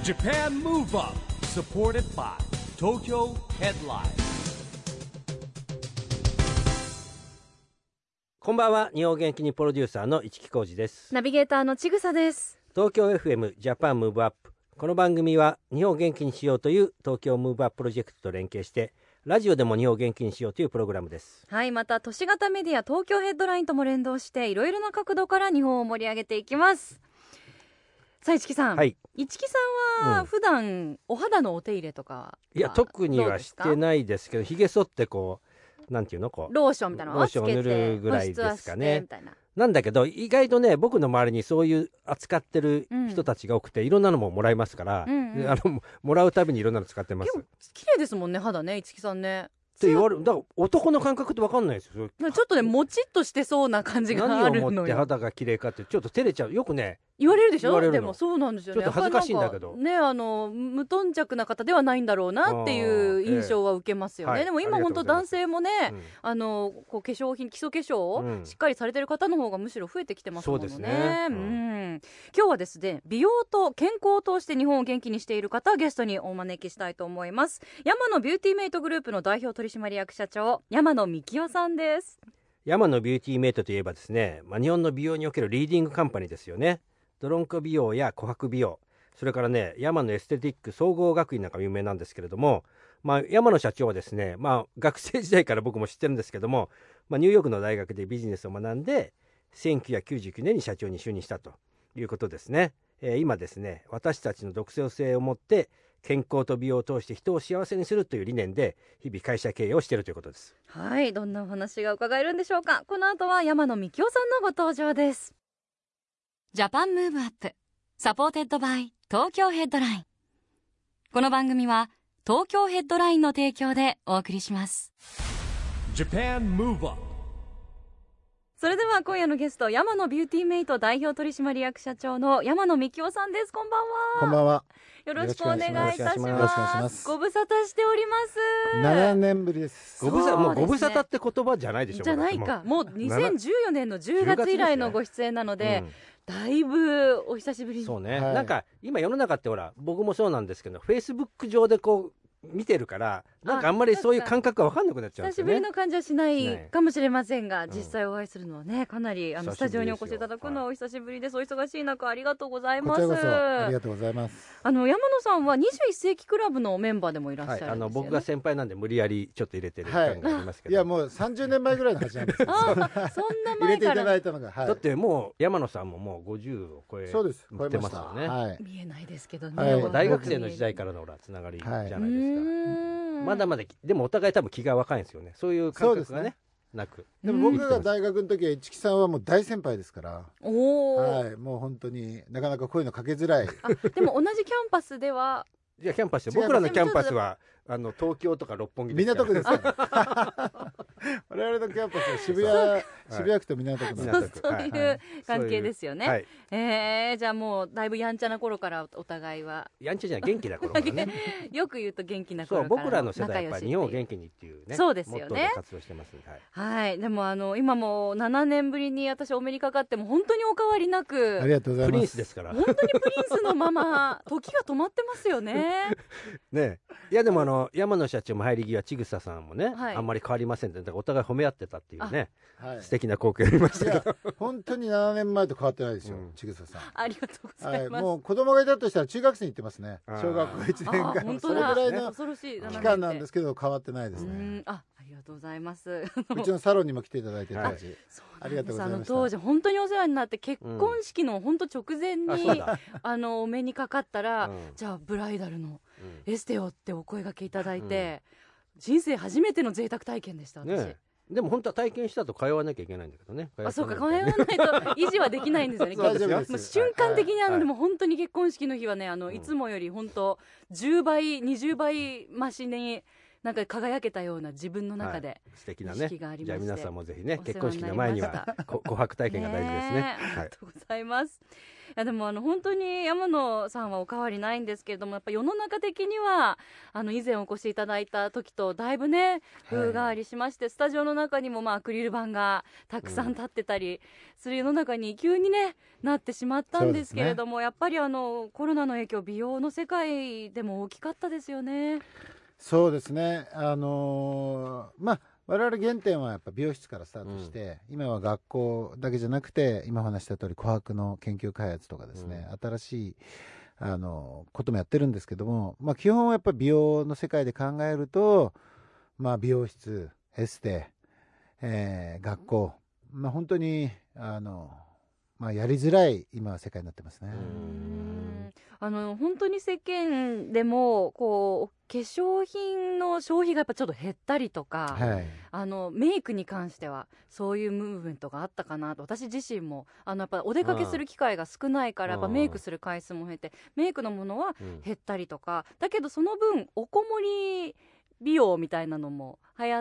Japan Move Up, supported by Tokyo Headline。 こんばんは。日本元気にプロデューサーの市木浩司です。 ナビゲーターのちぐさです。 東京 FM ジャパンムーブアップ。この番組は日本を元気にしようという東京ムーブアッププロジェクトと連携してラジオでも日本を元気にしようというプログラムです。 はい、また都市型メディア東京ヘッドラインとも連動していろいろな角度から日本を盛り上げていきます。さあ市木さん、 はい、 市木さんは普段お肌のお手入れとかいや特にはしてないですけど、ひげ剃ってこうなんていうのこうローションみたいなのをつけてローション塗るぐらいですかね。 みたいな。 なんだけど意外とね僕の周りにそういう扱ってる人たちが多くて、いろんなのももらいますから、もらうたびにいろんなの使ってます。 結構綺麗ですもんね肌ね、市木さんね。 って言われる。だから男の感覚って分かんないですよ。 ちょっとねもちっとしてそうな感じがあるのよ。 何をもって肌が綺麗かってちょっと照れちゃう。よくね言われるでしょ。 言われるの。 でもそうなんですよね。 ちょっと恥ずかしいんだけどね、無頓着な方ではないんだろうなっていう印象は受けますよね。でも今本当男性もね、こう化粧品基礎化粧をしっかりされてる方の方がむしろ増えてきてますもんね。 そうですね。 今日はですね美容と健康を通して日本を元気にしている方ゲストにお招きしたいと思います。山野ビューティーメイトグループの代表取締役社長山野幹夫さんです。 山野ビューティーメイトといえばですね、日本の美容におけるリーディングカンパニーですよね。ドロンコ美容や琥珀美容、それからね山野エステティック総合学院なんか有名なんですけれども、山野社長はですね、学生時代から僕も知ってるんですけども、ニューヨークの大学でビジネスを学んで1999年に社長に就任したということですね。今ですね私たちの独創性を持って健康と美容を通して人を幸せにするという理念で日々会社経営をしているということです。 はい、どんなお話が伺えるんでしょうか。この後は山野幹夫さんのご登場です。ジャパンムーブアップサポーテッドバイ東京ヘッドライン。この番組は東京ヘッドラインの提供でお送りします。 Japan Move Up。 それでは今夜のゲスト山野ビューティーメイト代表取締役社長の山野幹夫さんです。こんばんは。 こんばんは。 よろしくお願いいたします。 よろしくお願いします。 ご無沙汰しております。 7年ぶりです。 もうご無沙汰って言葉じゃないでしょ。 じゃないか。もう2014年の10月以来のご出演なので、だいぶお久しぶりに。 そうね、なんか今世の中ってほら僕もそうなんですけどフェイスブック上でこう見てるからなんかあんまりそういう感覚が分かんなくなっちゃうんですよね。 久しぶりの感じはしないかもしれませんが、実際お会いするのはねかなりスタジオにお越しいただくのはお久しぶりです。お忙しい中ありがとうございます。 こちらこそありがとうございます。 山野さんは21世紀クラブのメンバーでもいらっしゃるんですよね。 僕が先輩なんで無理やりちょっと入れてる感がありますけど、 いやもう30年前ぐらいの話なんですけどそんな入れてい前からただいたのが、 だってもう山野さんももう50を超えてますよね。 見えないですけどね、 大学生の時代からのつながりじゃないですか。まだまだでもお互い多分気が若いんですよね。そういう感覚がねなく。 でも僕が大学の時は市木さんはもう大先輩ですから、もう本当になかなか声のかけづらい。 でも同じキャンパスではキャンパス僕らのキャンパスは東京とか六本木ですから港区ですから我々のキャンパスは渋谷区と港区のそういう関係ですよね。じゃあもうだいぶやんちゃな頃からお互いはやんちゃじゃない元気な頃からねよく言うと元気な頃から僕らの世代はやっぱり日本を元気にっていうねそうですよねモットーで活動してます。 でも今も7年ぶりに私お目にかかっても本当にお変わりなく、 ありがとうございます。 プリンスですから本当にプリンスのまま時が止まってますよねね。いやでも山野社長も入り際ちぐささんもね、あんまり変わりませんってだからお互い褒め合ってたっていうね、素敵な光景ありましたけど本当に7年前と変わってないですよ、ちぐささん。 ありがとうございます。 もう子供がいたとしたら中学生に行ってますね。小学校1年間それぐらいの期間なんですけど変わってないですね。 ありがとうございます。 うちのサロンにも来ていただいて当時ありがとうございました。 当時本当にお世話になって結婚式の本当直前にお目にかかったら、じゃあブライダルのエステをってお声掛けいただいて、人生初めての贅沢体験でした私。 でも本当は体験したと通わなきゃいけないんだけどね。 そうか、通わないと維持はできないんですよね瞬間的にでも本当に結婚式の日はねいつもより本当10倍20倍増しになんか輝けたような自分の中で素敵なね。 じゃあ皆さんもぜひね結婚式の前には琥珀体験が大事ですね。 ありがとうございます。 やでも本当に山野さんはお変わりないんですけれども、やっぱ世の中的には以前お越しいただいた時とだいぶね風変わりしまして、スタジオの中にもアクリル板がたくさん立ってたりする世の中に急にねなってしまったんですけれども、やっぱりコロナの影響、美容の世界でも大きかったですよね。 そうですね。我々原点はやっぱ美容室からスタートして、今は学校だけじゃなくて、今お話した通り琥珀の研究開発とかですね、新しいこともやってるんですけども、基本はやっぱり美容の世界で考えると、美容室、エステ、学校、本当にやりづらい今は世界になってますね。 本当に世間でも化粧品の消費がやっぱちょっと減ったりとか、メイクに関してはそういうムーブメントがあったかなと。私自身もやっぱお出かけする機会が少ないから、やっぱメイクする回数も減って、メイクのものは減ったりとか、だけどその分おこもり美容みたいなのも流行って、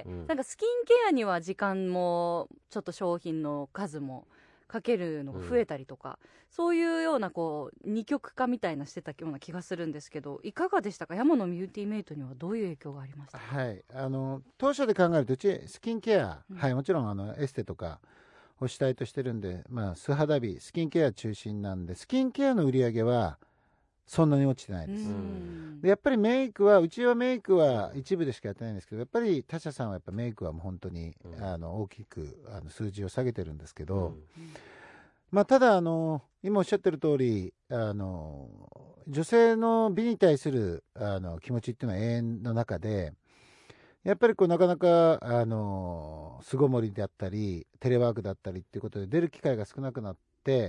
なんかスキンケアには時間もちょっと商品の数もかけるのが増えたりとか、そういうような二極化みたいなしてたような気がするんですけど、いかがでしたか？山野ビューティーメイトにはどういう影響がありましたか？ 当初で考えるとうちスキンケア、もちろんエステとかを主体としてるんで、素肌美スキンケア中心なんで、スキンケアの売り上げはそんなに落ちてないです。でやっぱりメイクは、うちはメイクは一部でしかやってないんですけど、やっぱり他社さんはやっぱメイクはもう本当に大きく数字を下げてるんですけど、ただ今おっしゃってる通り女性の美に対する気持ちっていうのは永遠の中で、やっぱりなかなか巣ごもりであったりテレワークだったりっていうことで出る機会が少なくなって、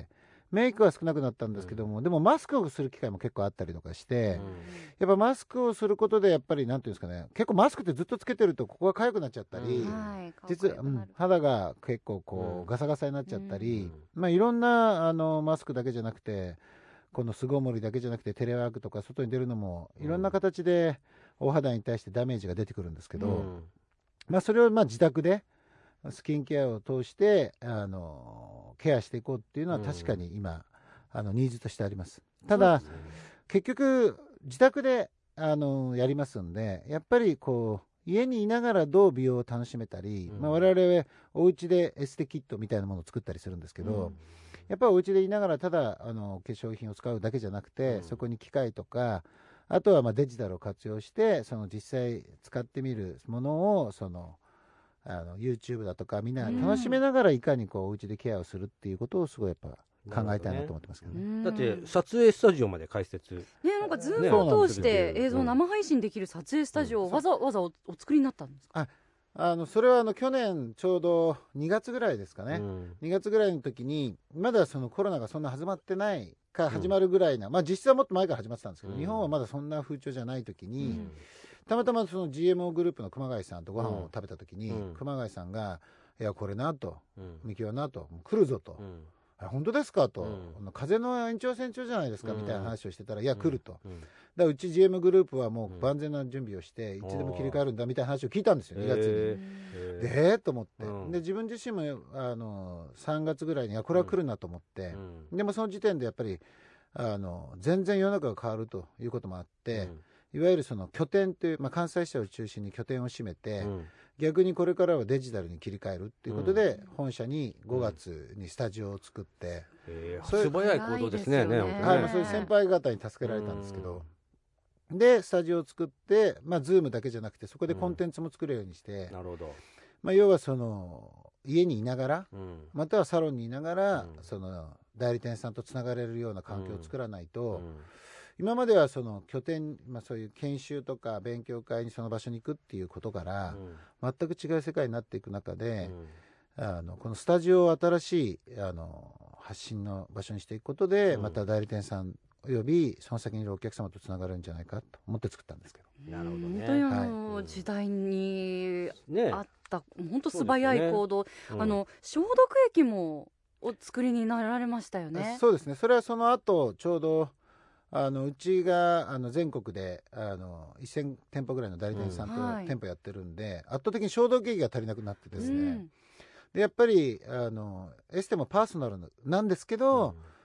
メイクは少なくなったんですけども、でもマスクをする機会も結構あったりとかして、やっぱマスクをすることでやっぱりなんていうんですかね、結構マスクってずっとつけてるとここが痒くなっちゃったり、実は肌が結構ガサガサになっちゃったり、いろんなマスクだけじゃなくて、この巣ごもりだけじゃなくてテレワークとか外に出るのもいろんな形でお肌に対してダメージが出てくるんですけど、それを自宅でスキンケアを通してケアしていこうっていうのは確かに今ニーズとしてあります。ただ、結局自宅でやりますんで、やっぱり家にいながらどう美容を楽しめたり、我々はお家でエステキットみたいなものを作ったりするんですけど、やっぱりお家でいながらただ化粧品を使うだけじゃなくて、そこに機械とか、あとはデジタルを活用して実際使ってみるものをYouTube だとかみんな楽しめながらいかにお家でケアをするっていうことをすごいやっぱ考えたいなと思ってますけどね。 だって撮影スタジオまで開設なんかズームを通して映像生配信できる撮影スタジオをわざわざお作りになったんですか？ それは去年ちょうど2月ぐらいですかね、2月ぐらいの時にまだコロナがそんな始まってないか始まるぐらいな、実質はもっと前から始まってたんですけど、日本はまだそんな風潮じゃない時に、たまたまGMO グループの熊谷さんとご飯を食べた時に、熊谷さんが「いやこれな」と「ミキはな」と「来るぞ」と「本当ですか」と「風の延長線上じゃないですか」みたいな話をしてたら「いや来る」と。だからうち GM グループはもう万全な準備をしていつでも切り替えるんだみたいな話を聞いたんですよ、2月に。と思って、で自分自身も3月ぐらいにこれは来るなと思って、でもその時点でやっぱり全然世の中が変わるということもあって、いわゆる拠点という、関西支社を中心に拠点を占めて、逆にこれからはデジタルに切り替えるっていうことで、本社に5月にスタジオを作って、 素早い行動ですね。 そういう先輩方に助けられたんですけど、でスタジオを作って、ズームだけじゃなくてそこでコンテンツも作れるようにして、 なるほど。 要は家にいながら、またはサロンにいながら、代理店さんとつながれるような環境を作らないと、今までは拠点、そういう研修とか勉強会にその場所に行くっていうことから、全く違う世界になっていく中で、このスタジオを新しい発信の場所にしていくことで、また代理店さんおよびその先にいるお客様とつながるんじゃないかと思って作ったんですけど。 なるほどね。 本当に時代にあった本当素早い行動、消毒液もお作りになられましたよね。 そうですね。それはその後ちょうどうちが全国で1000店舗ぐらいの代理店さんと店舗やってるんで、圧倒的に消毒液が足りなくなってですね、でやっぱりエステもパーソナルなんですけど、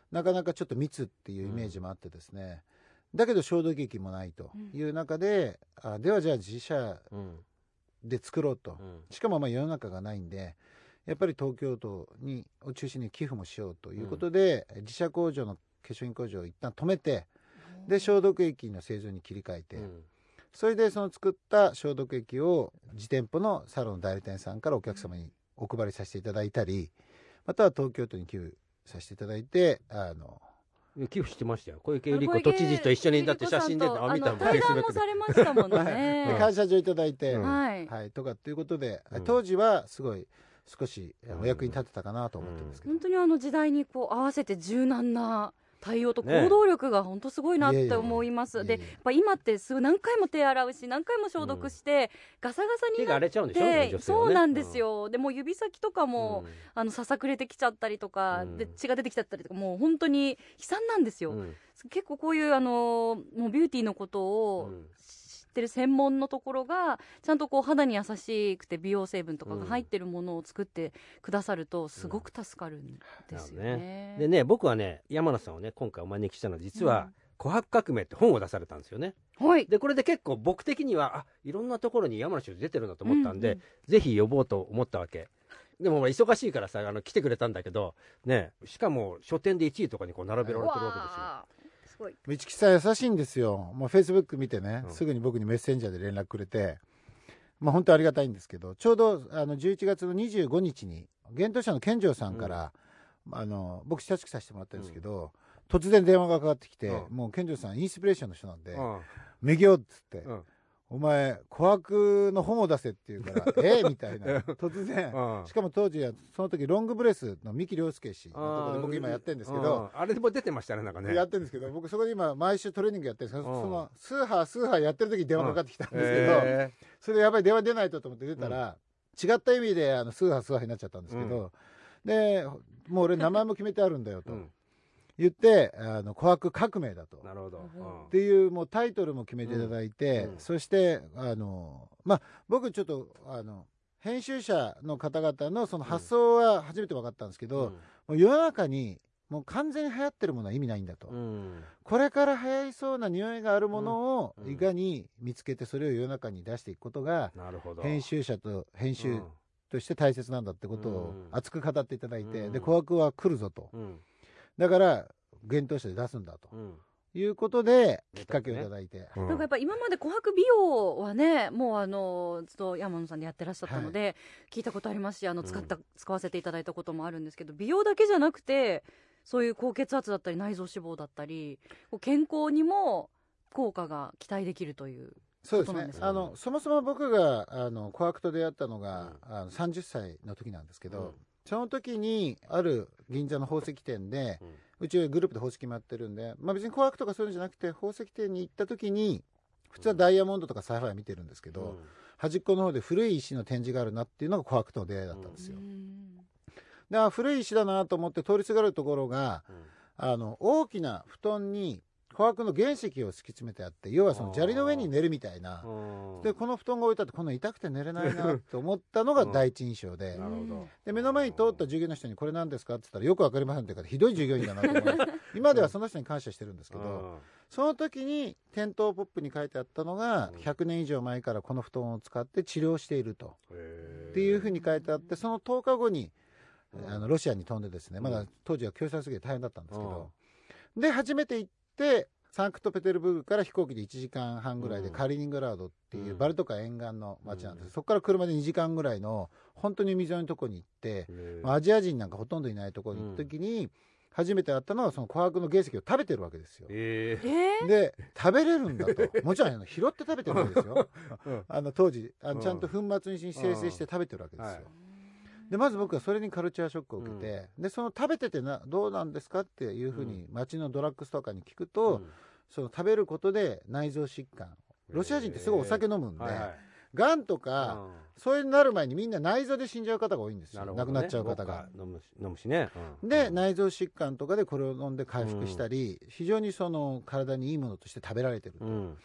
なかなかちょっと密っていうイメージもあってですね、だけど消毒液もないという中で、ではじゃあ自社で作ろうと、しかも世の中がないんでやっぱり東京都を中心に寄付もしようということで、自社工場の化粧品工場を一旦止めて、で消毒液の製造に切り替えて、それでその作った消毒液を自店舗のサロンの代理店さんからお客様にお配りさせていただいたり、または東京都に寄付させていただいて、 寄付してましたよ。小池百合子都知事と一緒にだって写真出て見たもん。 対談もされましたもんね。 で感謝状いただいて、 はいとかということで、当時はすごい少しお役に立てたかなと思ってるんですけど、 本当に時代にこう合わせて柔軟な対応と行動力が本当すごいなって思います。でやっぱ今って何回も手洗うし何回も消毒して、ガサガサになって手が荒れちゃうんでしょうね、女性はね。 そうなんですよ。でも指先とかも、ささくれてきちゃったりとか、で血が出てきちゃったりとか、もう本当に悲惨なんですよ。結構こういうもうビューティーのことを知ってる専門のところがちゃんとこう肌に優しくて美容成分とかが入ってるものを作ってくださるとすごく助かるんですよね。 でね、僕はね山野さんをね今回お招きしたのは実は、琥珀革命って本を出されたんですよね。でこれで結構僕的にはいろんなところに山野氏出てるんだと思ったんで、ぜひ呼ぼうと思ったわけでも忙しいからさ来てくれたんだけどね、しかも書店で1位とかにこう並べられてるわけですよ。 市木さん優しいんですよ。もうフェイスブック見てね、すぐに僕にメッセンジャーで連絡くれて、本当ありがたいんですけど、ちょうど11月の25日に幻冬舎の健丈さんから、僕親しくさせてもらったんですけど、突然電話がかかってきて、もう健丈さんインスピレーションの人なんで、めぎょうっつって、お前琥珀の本を出せって言うからみたいな突然、しかも当時はその時ロングブレスの三木亮介氏のところで僕今やってるんですけど、 あれでも出てましたね、なんかねやってるんですけど、僕そこで今毎週トレーニングやってるんですけど、そのスーハーやってる時に電話かかってきたんですけど、それでやばい電話出ないとと思って出たら、違った意味でスーハーになっちゃったんですけど、でもう俺名前も決めてあるんだよと言って琥珀革命だと。 なるほど。 っていうもうタイトルも決めていただいて、そして僕ちょっと編集者の方々のその発想は初めて分かったんですけど、もう世の中にもう完全に流行ってるものは意味ないんだと、これから流行りそうな匂いがあるものをいかに見つけてそれを世の中に出していくことが、編集者と編集として大切なんだってことを熱く語っていただいて、で琥珀は来るぞと、だから幻冬舎で出すんだと、いうことできっかけをいただいて、 なんかやっぱ今まで琥珀美容はねもうずっと山野さんでやってらっしゃったので、聞いたことありますし使わせていただいたこともあるんですけど、美容だけじゃなくてそういう高血圧だったり内臓脂肪だったり健康にも効果が期待できるということなんですか。 そうですね。そもそも僕が琥珀と出会ったのが、30歳の時なんですけど、その時にある銀座の宝石店で、うちグループで宝石回ってるんで、別に琥珀とかそういうのじゃなくて宝石店に行った時に普通はダイヤモンドとかサファイア見てるんですけど、端っこの方で古い石の展示があるなっていうのが琥珀との出会いだったんですよ。で古い石だなと思って通りすがるところが、大きな布団に琥珀の原石を敷き詰めてあって、要はその砂利の上に寝るみたいな、でこの布団が置いてあってこの痛くて寝れないなと思ったのが第一印象で、で目の前に通った従業員の人にこれ何ですかって言ったらよく分かりませんって言うから、ひどい従業員だなと思います今ではその人に感謝してるんですけど、その時に店頭ポップに書いてあったのが、100年以上前からこの布団を使って治療しているとっていうふうに書いてあって、その10日後にロシアに飛んでですね、まだ当時は共産主義で大変だったんですけど、で初めて行ってサンクトペテルブルクから飛行機で1時間半ぐらいでカリーニングラードっていうバルト海沿岸の町なんです、そこから車で2時間ぐらいの本当に海沿いのとこに行って、アジア人なんかほとんどいないところに行った時に、初めて会ったのはその琥珀の原石を食べてるわけですよ。で食べれるんだと、もちろん拾って食べてるわけですよ当時ちゃんと粉末に生成して食べてるわけですよ。でまず僕はそれにカルチャーショックを受けて、でその食べててどうなんですかっていうふうに街のドラッグストアかに聞くと、その食べることで内臓疾患、ロシア人ってすごいお酒飲むんで、がんとか、そういうなる前にみんな内臓で死んじゃう方が多いんですよ、亡くなっちゃう方が。 飲むしね、 で内臓疾患とかでこれを飲んで回復したり、非常にその体にいいものとして食べられてると、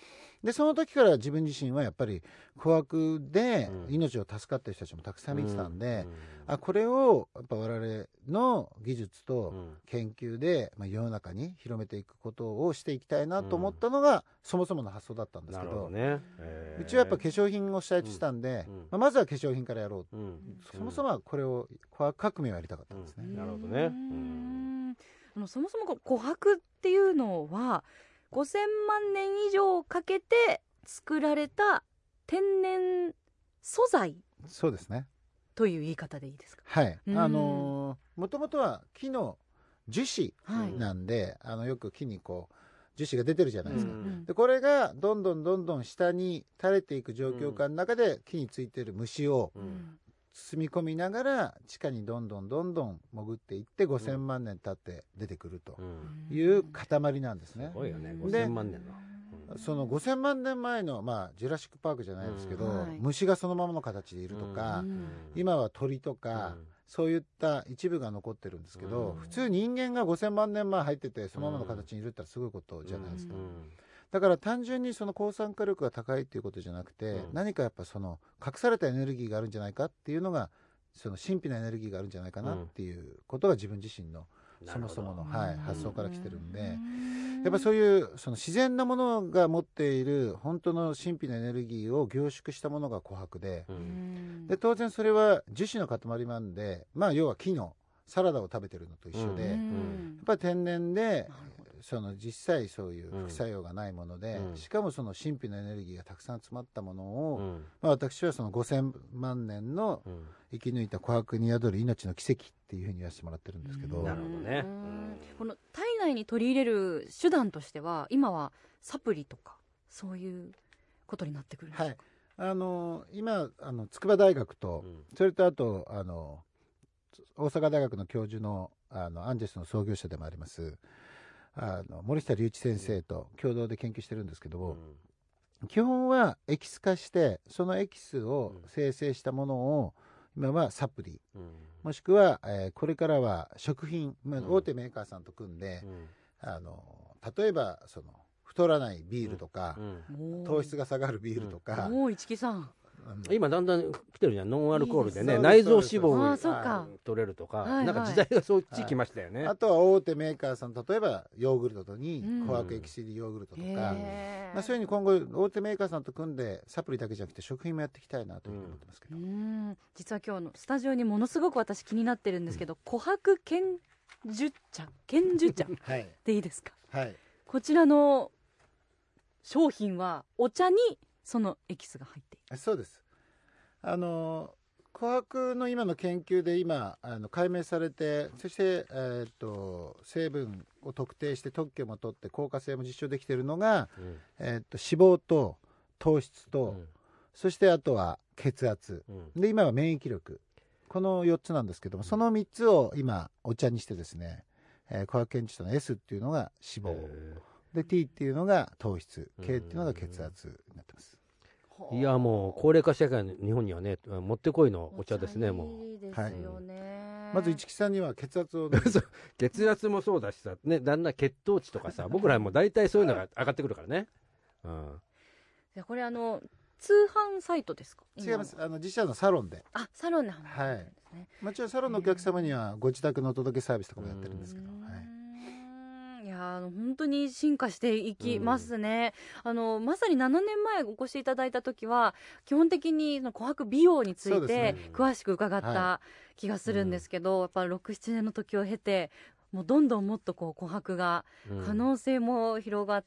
でその時から自分自身はやっぱり琥珀で命を助かってる人たちもたくさん見てたんで、これをやっぱ我々の技術と研究で、世の中に広めていくことをしていきたいなと思ったのが、そもそもの発想だったんですけど、うちはやっぱ化粧品をしたいとしたんで、まずは化粧品からやろう、そもそもはこれを琥珀革命をやりたかったんですね。 なるほどね。 そもそも琥珀っていうのは5000万年以上かけて作られた天然素材、 そうですね、 という言い方でいいですか？ はい、もともとは木の樹脂なんで、よく木にこう樹脂が出てるじゃないですか、でこれがどんどん下に垂れていく状況下の中で木についてる虫を包み込みながら地下にどんどん潜っていって5000万年経って出てくるという塊なんですね。 すごいよね、5000万年の。 その5000万年前の、ジュラシック・パークじゃないですけど、虫がそのままの形でいるとか、今は鳥とか、そういった一部が残ってるんですけど、普通人間が5000万年前入っててそのままの形にいるってすごいことじゃないですか。だから単純にその抗酸化力が高いっていうことじゃなくて、何かやっぱその隠されたエネルギーがあるんじゃないかっていうのが、その神秘なエネルギーがあるんじゃないかなっていうことが自分自身のそもそもの、発想から来てるんで、やっぱそういうその自然なものが持っている本当の神秘なエネルギーを凝縮したものが琥珀で、で当然それは樹脂の塊なんで、要は木のサラダを食べてるのと一緒で、やっぱり天然でその実際そういう副作用がないもので、しかもその神秘のエネルギーがたくさん詰まったものを、私はその5000万年の生き抜いた琥珀に宿る命の奇跡っていうふうに言わせてもらってるんですけど、 なるほどね。 この体内に取り入れる手段としては今はサプリとかそういうことになってくるんですか？ 今筑波大学と、それとあと大阪大学の教授のアンジェスの創業者でもあります森下隆一先生と共同で研究してるんですけども、基本はエキス化してそのエキスを生成したものを今はサプリ、もしくは、これからは食品、大手メーカーさんと組んで、例えばその太らないビールとか、糖質が下がるビールとか、 もう市木さん今だんだん来てるじゃん、ノンアルコールでね、内臓脂肪が取れるとか、なんか時代がそっち来ましたよね。 あとは大手メーカーさん、例えばヨーグルトに琥珀エキス入りヨーグルトとか、そういうふうに今後大手メーカーさんと組んでサプリだけじゃなくて食品もやっていきたいなというふうに思ってますけど、 実は今日のスタジオにものすごく私気になってるんですけど、琥珀剣樹茶でいいですか？はい、こちらの商品はお茶にそのエキスが入っている。 そうです。琥珀の今の研究で今解明されて、そして、成分を特定して特許も取って効果性も実証できているのが、脂肪と糖質と、そしてあとは血圧、で今は免疫力、この4つなんですけども、その3つを今お茶にしてですね、琥珀検知との S っていうのが脂肪で T っていうのが糖質、K っていうのが血圧になってます。 いやもう高齢化社会の日本にはね、もってこいのお茶ですね。もういいですよね。 まず市木さんには血圧を血圧もそうだしさ、ね、だんだん血糖値とかさ僕らも大体そういうのが上がってくるからね。 これ通販サイトですか？ 違います。自社のサロンで。 サロンで販売してるんですね。もちろんサロンのお客様にはご自宅のお届けサービスとかもやってるんですけど、 いや本当に進化していきますね。まさに7年前お越しいただいた時は基本的に琥珀美容について詳しく伺った気がするんですけど、やっぱ 6,7 年の時を経てもうどんどんもっと琥珀が可能性も広がって、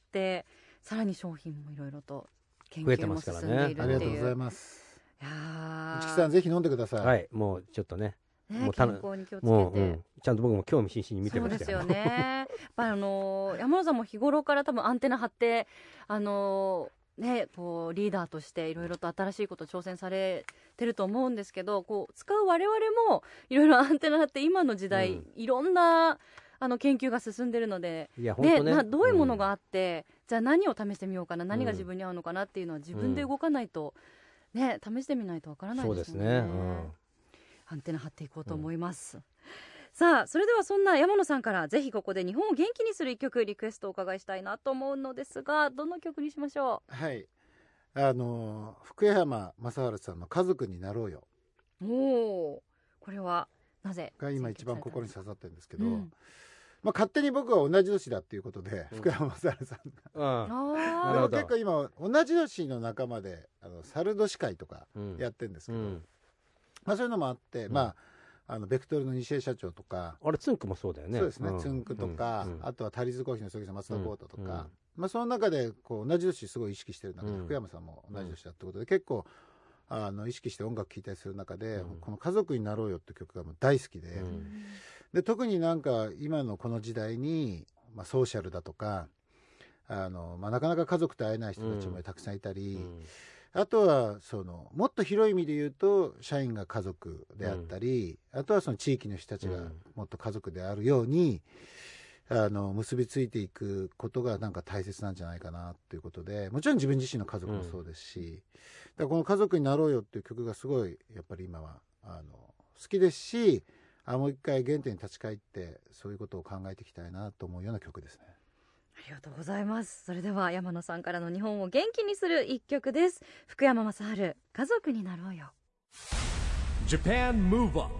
さらに商品もいろいろと研究も進んでいるっていう。 ありがとうございます。 市木さんぜひ飲んでください。 はい、もうちょっとね、 健康に気をつけて、 ちゃんと僕も興味津々に見てましたよ。 そうですよね。やっぱり山野さんも日頃から多分アンテナ張ってこうリーダーとしていろいろと新しいこと挑戦されてると思うんですけど、こう使う我々もいろいろアンテナ張って今の時代、いろんな研究が進んでるので、どういうものがあって、じゃあ何を試してみようかな、何が自分に合うのかなっていうのは自分で動かないと、試してみないとわからないですもんね。アンテナ張っていこうと思います。 さあそれではそんな山野さんからぜひここで日本を元気にする一曲リクエストをお伺いしたいなと思うのですが、どの曲にしましょはい、福山雅治さんの家族になろうよう。おー、これはなぜが今一番心に刺さってるんですけど、 うん勝手に僕は同じ年だっていうことで、福山雅治さんが、 なるほど結構今同じ年の仲間で猿年会とかやってるんですけど、そういうのもあって、ベクトルの西江社長とか、 あれつんくもそうだよね。 そうですね、つんくとか、あとはタリーズコーヒーの杉さん、松田豪太とか、その中でこう同じ年すごい意識してる中で、福山さんも同じ年だってことで、結構意識して音楽聴いたりする中で、この「家族になろうよ」って曲がもう大好きで、で特になんか今のこの時代に、ソーシャルだとかなかなか家族と会えない人たちもたくさんいたり、あとはもっと広い意味で言うと社員が家族であったり、あとはその地域の人たちがもっと家族であるように、結びついていくことがなんか大切なんじゃないかなっていうことで、もちろん自分自身の家族もそうですし、だからこの「家族になろうよ」っていう曲がすごいやっぱり今は好きですし、もう一回原点に立ち返ってそういうことを考えていきたいなと思うような曲ですね。 ありがとうございます。それでは山野さんからの日本を元気にする一曲です。福山雅治、家族になろうよ。 Japan Move Up。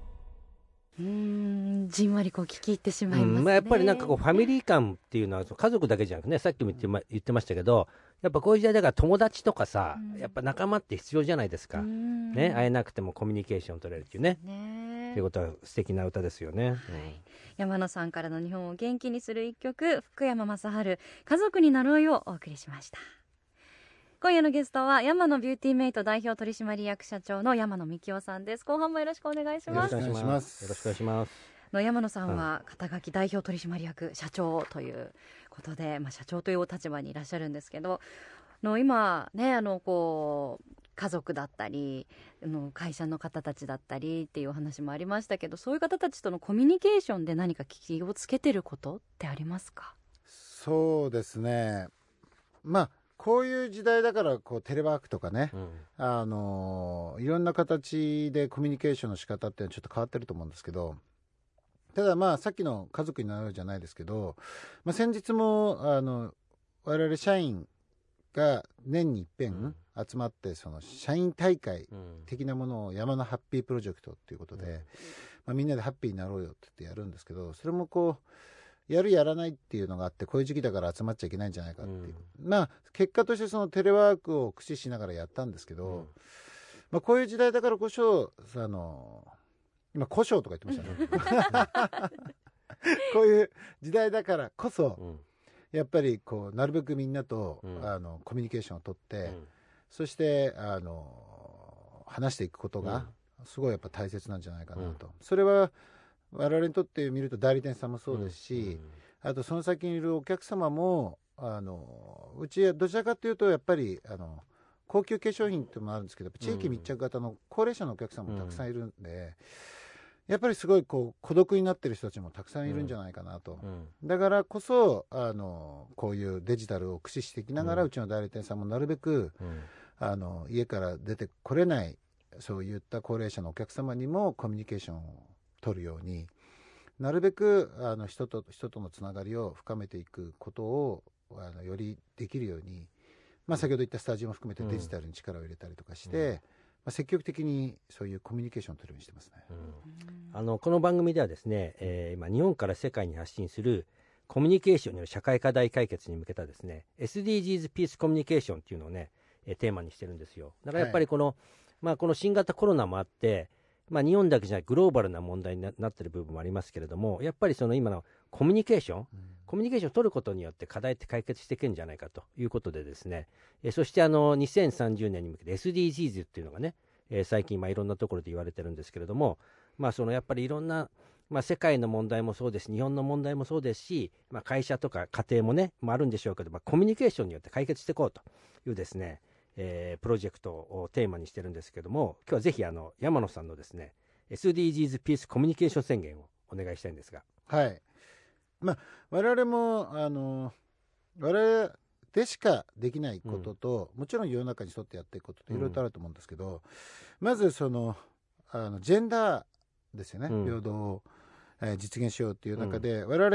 じんわりこう聞き入ってしまいますね。 やっぱりなんかこうファミリー感っていうのは家族だけじゃなくてね、さっきも言ってましたけど、やっぱこういう時代だから友達とかさ、やっぱ仲間って必要じゃないですか。ね、会えなくてもコミュニケーション取れるっていうね。ということは素敵な歌ですよね。 山野さんからの日本を元気にする一曲、福山雅治、家族になろうよをお送りしました。今夜のゲストは山野ビューティーメイト代表取締役社長の山野幹夫さんです。後半もよろしくお願いします。 よろしくお願いします。よろしくお願いします。 山野さんは肩書き代表取締役社長ということで、社長というお立場にいらっしゃるんですけど、今ねこう家族だったり会社の方たちだったりっていうお話もありましたけど、そういう方たちとのコミュニケーションで何か気をつけてることってありますか？ そうですね、こういう時代だからこうテレワークとかね、いろんな形でコミュニケーションの仕方っていうのはちょっと変わってると思うんですけど、たださっきの家族になるじゃないですけど、先日も我々社員が年に一遍集まって、その社員大会的なものを山のハッピープロジェクトっていうことで、みんなでハッピーになろうよって言ってやるんですけど、それもこうやるやらないっていうのがあって、こういう時期だから集まっちゃいけないんじゃないかっていう、結果としてそのテレワークを駆使しながらやったんですけど、こういう時代だからこそ今故障とか言ってましたねこういう時代だからこそ、やっぱりこうなるべくみんなと、コミュニケーションを取って、そして話していくことがすごいやっぱ大切なんじゃないかなと、それは我々にとって見ると代理店さんもそうですし、あとその先にいるお客様もうちはどちらかというとやっぱり高級化粧品っていうのもあるんですけど、地域密着型の高齢者のお客さんもたくさんいるんで、やっぱりすごいこう孤独になってる人たちもたくさんいるんじゃないかなと、だからこそこういうデジタルを駆使していきながら、うちの代理店さんもなるべく家から出てこれないそういった高齢者のお客様にもコミュニケーションを取るように、なるべく人とのつながりを深めていくことをよりできるように、先ほど言ったスタジオも含めてデジタルに力を入れたりとかして、積極的にそういうコミュニケーションを取るようにしてますね。 この番組ではですね、今日本から世界に発信するコミュニケーションによる社会課題解決に向けたですね SDGs ピースコミュニケーションっていうのをね、テーマにしてるんですよ。だからやっぱりこの新型コロナもあって、日本だけじゃないグローバルな問題になっている部分もありますけれども、やっぱりその今のコミュニケーションを取ることによって課題って解決していけるんじゃないかということでですね、そして2030年に向けて SDGs っていうのがね、最近いろんなところで言われてるんですけれども、そのやっぱりいろんな、世界の問題もそうですし、日本の問題もそうですし、会社とか家庭もね、あるんでしょうけど、コミュニケーションによって解決していこうというですね、プロジェクトをテーマにしてるんですけども、今日はぜひ山野さんのですね SDGs ピースコミュニケーション宣言をお願いしたいんですが。 はい、我々も我々でしかできないことと、もちろん世の中に沿ってやっていくことといろいろとあると思うんですけど、まずジェンダーですよね、平等を実現しようという中で、我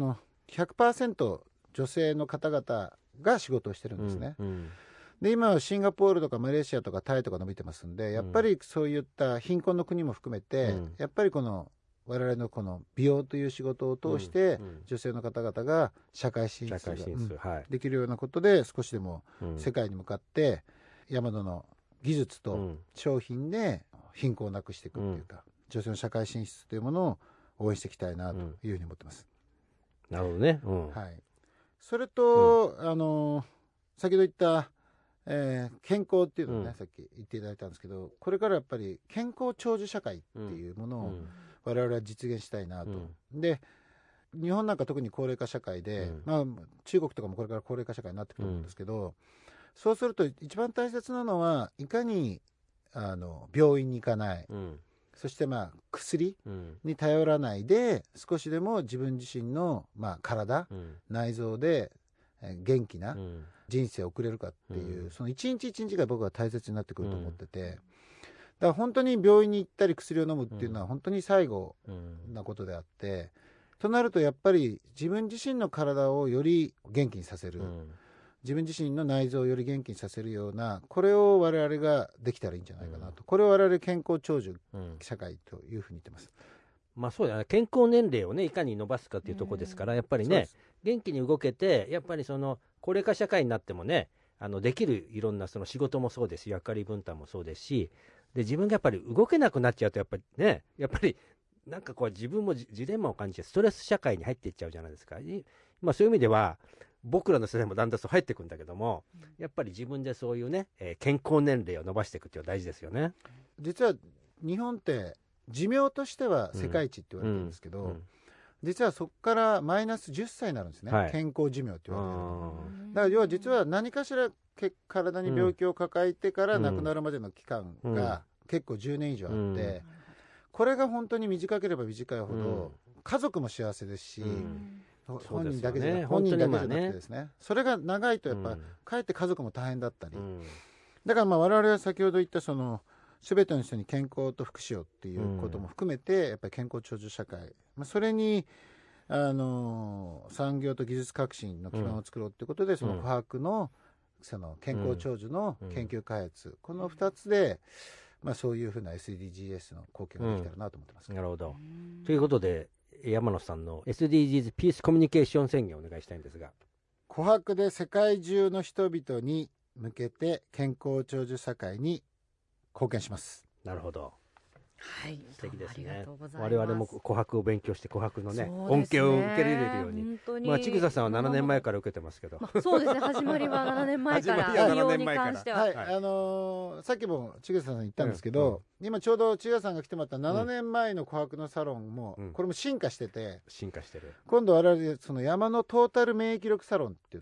々100% 女性の方々が仕事をしてるんですね。で今はシンガポールとかマレーシアとかタイとか伸びてますんで、やっぱりそういった貧困の国も含めて、やっぱりこの我々のこの美容という仕事を通して、女性の方々が社会進出ができるようなことで、少しでも世界に向かってヤマドの技術と商品で貧困をなくしていくっていうか、女性の社会進出というものを応援していきたいなというふうに思ってます。 なるほどね。 はい、それと、先ほど言った、健康っていうのをね、さっき言っていただいたんですけど、これからやっぱり健康長寿社会っていうものを我々は実現したいなと。で日本なんか特に高齢化社会で、中国とかもこれから高齢化社会になってくるんですけど、そうすると一番大切なのはいかに病院に行かない、そして薬に頼らないで、少しでも自分自身の体、内臓で元気な人生を送れるかっていう、その一日一日が僕は大切になってくると思ってて、だから本当に病院に行ったり薬を飲むっていうのは本当に最後なことであって、となるとやっぱり自分自身の体をより元気にさせる、自分自身の内臓をより元気にさせるような、これを我々ができたらいいんじゃないかなと。これを我々健康長寿社会というふうに言ってます。 そうだね、健康年齢をねいかに伸ばすかっていうところですから、やっぱりね元気に動けて、やっぱりその高齢化社会になってもねできるいろんなその仕事もそうですし、役割分担もそうですし、で自分がやっぱり動けなくなっちゃうと、やっぱりね、やっぱりなんかこう自分もジレンマを感じてストレス社会に入っていっちゃうじゃないですか。そういう意味では僕らの世代もだんだんそう入ってくるんだけども、やっぱり自分でそういうね、健康年齢を伸ばしていくっていうのは大事ですよね。 実は日本って寿命としては世界一って言われてるんですけど、実はそこからマイナス10歳になるんですね、健康寿命って言われてるの。だから要は実は何かしら体に病気を抱えてから亡くなるまでの期間が結構10年以上あって、これが本当に短ければ短いほど家族も幸せですし、本人だけじゃなくてですね、それが長いとやっぱかえって家族も大変だったり、だから我々は先ほど言ったその全ての人に健康と福祉をっていうことも含めて、やっぱり健康長寿社会、それに産業と技術革新の基盤を作ろうということで、その琥珀のその健康長寿の研究開発、この2つで、そういうふうな SDGs の貢献ができたらなと思ってます。 なるほど。ということで山野さんの SDGs ピースコミュニケーション宣言をお願いしたいんですが。 琥珀で世界中の人々に向けて健康長寿社会に貢献します。 なるほど。 はい、 素敵ですね。 我 々も琥珀を勉強して琥珀のね恩恵を受け入れるように、千草さんは7年前から受けてますけど、 そうですね、始まりは7年前から美容に関しては、 はい、さっきも千草さん言ったんですけど、今ちょうど千草さんが来てもらった7年前の琥珀のサロンも、これも進化してて、今度我々その山のトータル免疫力サロンって言って、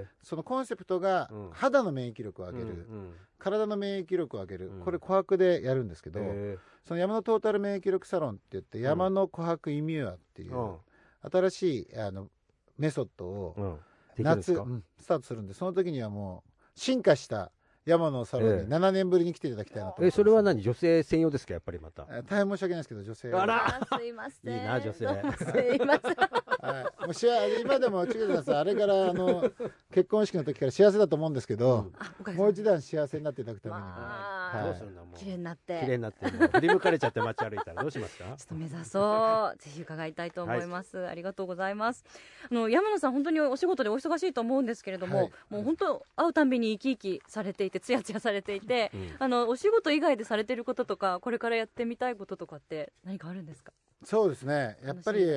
そのコンセプトが肌の免疫力を上げる、体の免疫力を上げる、これ琥珀でやるんですけど、その山のトータル免疫力サロンって言って、山の琥珀イミュアっていう新しいメソッドを夏、スタートするんで、その時にはもう進化した山のサロンに7年ぶりに来ていただきたいなと思います。 それは何、女性専用ですか？やっぱりまた大変申し訳ないですけど、女性。 あら、すいません。 いいな女性。 すいません。 もう今でも千草さんあれから結婚式の時から幸せだと思うんですけど、もう一段幸せになっていただくためにも、 どうするんだ、もう綺麗になって振り向かれちゃって街歩いたらどうしますか？ ちょっと目指そう。ぜひ伺いたいと思います。ありがとうございます。山野さん本当にお仕事でお忙しいと思うんですけれども、もう本当会うたんびに生き生きされていて、ツヤツヤされていて、お仕事以外でされてることとか、これからやってみたいこととかって何かあるんですか？ そうですね、やっぱり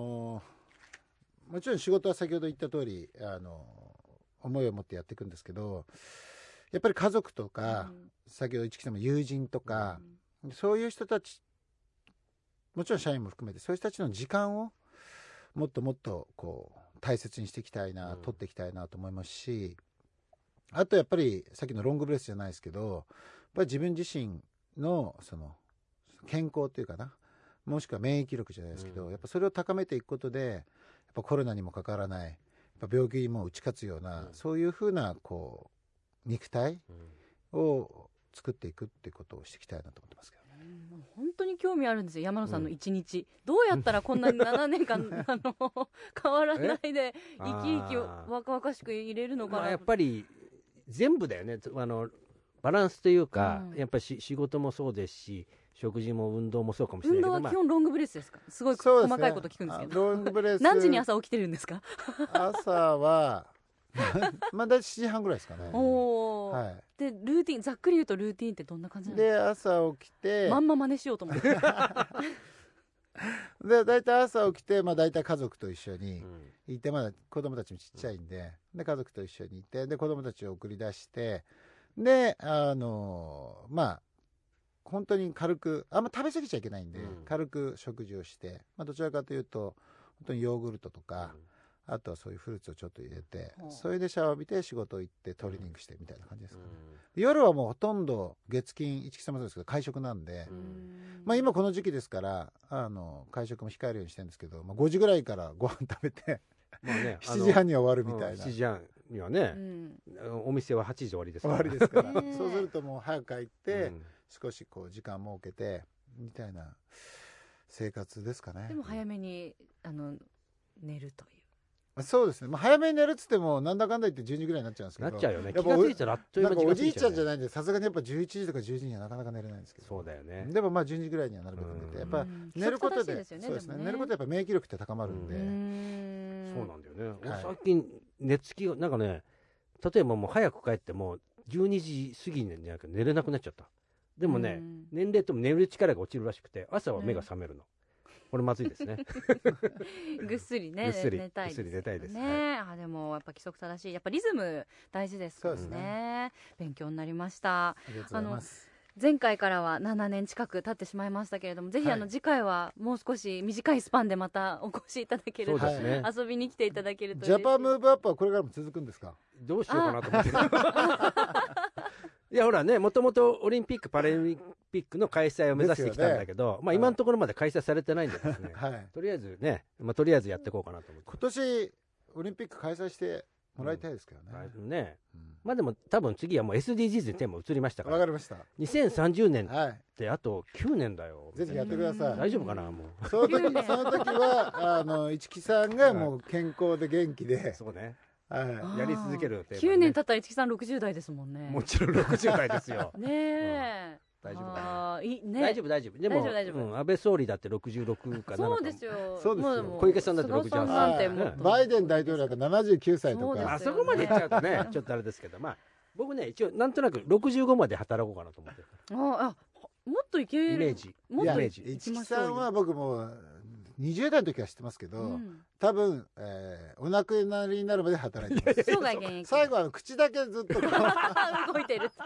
もちろん仕事は先ほど言った通り思いを持ってやっていくんですけど、やっぱり家族とか、先ほど市木さんも友人とか、そういう人たち、もちろん社員も含めてそういう人たちの時間をもっともっとこう大切にしていきたいな、取っていきたいなと思いますし、あとやっぱりさっきのロングブレスじゃないですけど、やっぱり自分自身のその健康というかな、もしくは免疫力じゃないですけど、やっぱそれを高めていくことで、やっぱコロナにもかからない、やっぱ病気にも打ち勝つような、そういうふうなこう肉体を作っていくっていうことをしていきたいなと思ってますけどね。 本当に興味あるんですよ、山野さんの一日、どうやったらこんなに7年間変わらないで生き生き若々しく入れるのかな。 やっぱり全部だよね、バランスというか、やっぱり仕事もそうですし、食事も運動もそうかもしれないけど、 運動は基本ロングブレスですか？すごい細かいこと聞くんですけど、 ロングブレス何時に朝起きてるんですか？ 朝はまあ大体7時半ぐらいですかね。 おー、 はい、 でルーティン、ざっくり言うとルーティンってどんな感じなんですか？ で朝起きてまんま真似しようと思ってで大体朝起きて、まあ、大体家族と一緒にいて、まだ子供たちもちっちゃいんで、で家族と一緒にいて、で子供たちを送り出して、でまあ本当に軽く、あんま食べ過ぎちゃいけないんで、軽く食事をして、まあ、どちらかというと本当にヨーグルトとか、あとはそういうフルーツをちょっと入れて、それでシャワー浴びて仕事行ってトレーニングしてみたいな感じですかね。夜はもうほとんど月金、一木さんもそうですけど会食なんで、まあ、今この時期ですから会食も控えるようにしてるんですけど、まあ、5時ぐらいからご飯食べて、まあね、7時半には終わるみたいな。 7時半にはね、お店は8時で終わりですから。 終わりですからそうするともう早く帰って、少しこう時間設けてみたいな生活ですかね。 でも早めに寝るという。 そうですね、まあ、早めに寝るっつってもなんだかんだ言って12時ぐらいになっちゃうんですけど、 なっちゃうよね。 やっぱ気がついたらあっという間になんかおじいちゃんじゃないんで、さすがにやっぱ11時とか10時にはなかなか寝れないんですけど、 そうだよね。 でもまあ12時ぐらいにはなるべく寝て、やっぱ寝ることで、そうですね、寝ることでやっぱ免疫力って高まるんで、 そうなんだよね。最近寝つきがなんかね、例えばもう早く帰っても12時過ぎに寝れなくなっちゃった。でもね、年齢とも寝る力が落ちるらしくて、朝は目が覚めるの。これまずいですね。 ぐっすりね、寝たいですね。でもやっぱ規則正しい、やっぱリズム大事ですからね。勉強になりました。 ありがとうございます。 前回からは7年近く経ってしまいましたけれども、ぜひ次回はもう少し短いスパンでままたお越しいただけると、遊びに来ていただけると。 ジャパンムーブアップはこれからも続くんですか？ どうしようかなと思っていやほらね、もともとオリンピック・パラリンピックの開催を目指してきたんだけど、まあ、今のところまで開催されてないんでですね、とりあえずね、とりあえずやっていこうかなと思って。 今年オリンピック開催してもらいたいですけどね。 まあでも多分次はもう SDGs にテーマ移りましたから。 わかりました。 2030年ってあと9年だよ。 ぜひやってください。 大丈夫かな、もう。 その時は市木さんがもう健康で元気で。 そうね。やり続ける。 9年経ったら市木さん60代ですもんね。 もちろん60代ですよ。 ねえ。 大丈夫かな。 大丈夫。でも安倍総理だって66かな。 そうですよ。 小池さんだって68歳。 バイデン大統領が79歳とか。 あそこまでいっちゃうとね、ちょっとあれですけど、まあ僕ね一応なんとなく65まで働こうかなと思ってる。 もっといけるイメージ。 市木さんは僕も20代の時は知ってますけど、多分お亡くなりになるまで働いてます。 生涯現役。 最後は口だけずっと動いてる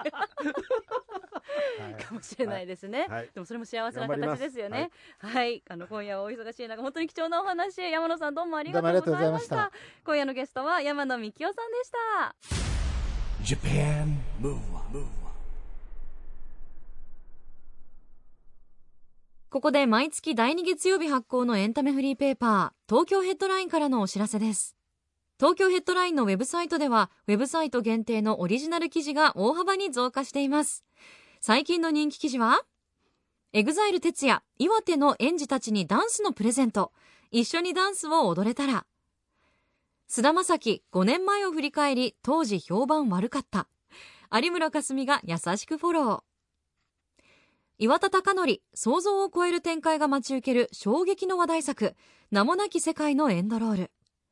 かもしれないですね。でもそれも幸せな形ですよね。はい、今夜はお忙しい中本当に貴重なお話、山野さんどうもありがとうございました。今夜のゲストは山野幹夫さんでした。Japan Move Up。ここで毎月第2月曜日発行のエンタメフリーペーパー東京ヘッドラインからのお知らせです。東京ヘッドラインのウェブサイトではウェブサイト限定のオリジナル記事が大幅に増加しています。最近の人気記事はEXILE哲也、岩手の園児たちにダンスのプレゼント、一緒にダンスを踊れたら、菅田将暉5年前を振り返り当時評判悪かった、有村架純が優しくフォロー、岩田貴則、想像を超える展開が待ち受ける衝撃の話題作、名もなき世界のエンドロール。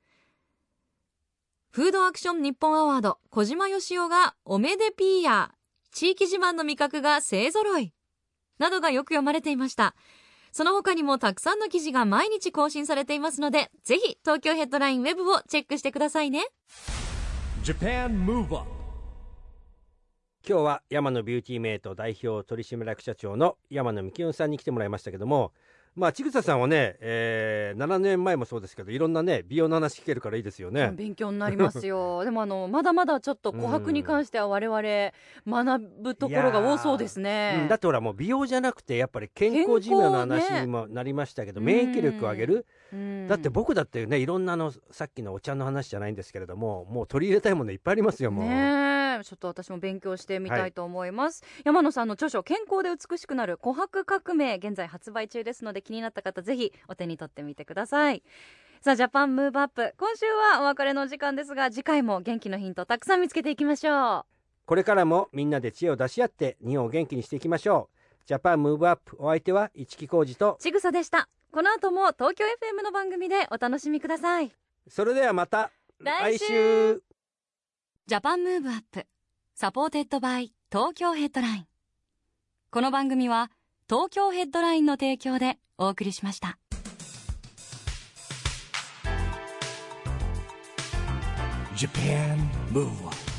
フードアクション日本アワード、小島よしおがおめでピーヤー、地域自慢の味覚が勢ぞろいなどがよく読まれていました。その他にもたくさんの記事が毎日更新されていますので、ぜひ東京ヘッドラインウェブをチェックしてくださいね。 Japan Move Up。 今日は山野ビューティーメイト代表取締役社長の山野幹夫さんに来てもらいましたけども、 まあ、ちぐささんはね、7年前もそうですけどいろんなね美容の話聞けるからいいですよね。 勉強になりますよでもまだまだちょっと琥珀に関しては我々学ぶところが多そうですね。 だってほらもう美容じゃなくてやっぱり健康寿命の話にもなりましたけど、免疫力を上げる、だって僕だってねいろんなさっきのお茶の話じゃないんですけれども、もう取り入れたいものいっぱいありますよもう。 ね、ちょっと私も勉強してみたいと思います、山野さんの著書健康で美しくなる琥珀革命、現在発売中ですので気になった方ぜひお手に取ってみてください。さあジャパンムーブアップ、今週はお別れの時間ですが、次回も元気のヒントたくさん見つけていきましょう。 これからもみんなで知恵を出し合って日本を元気にしていきましょう。ジャパンムーブアップ、お相手は市木浩二とちぐさでした。この後も東京 FM の番組でお楽しみください。 それではまた来週。 ジャパンムーブアップサポーテッドバイ東京ヘッドライン。この番組は東京ヘッドラインの提供でお送りしました。 Japan Move Up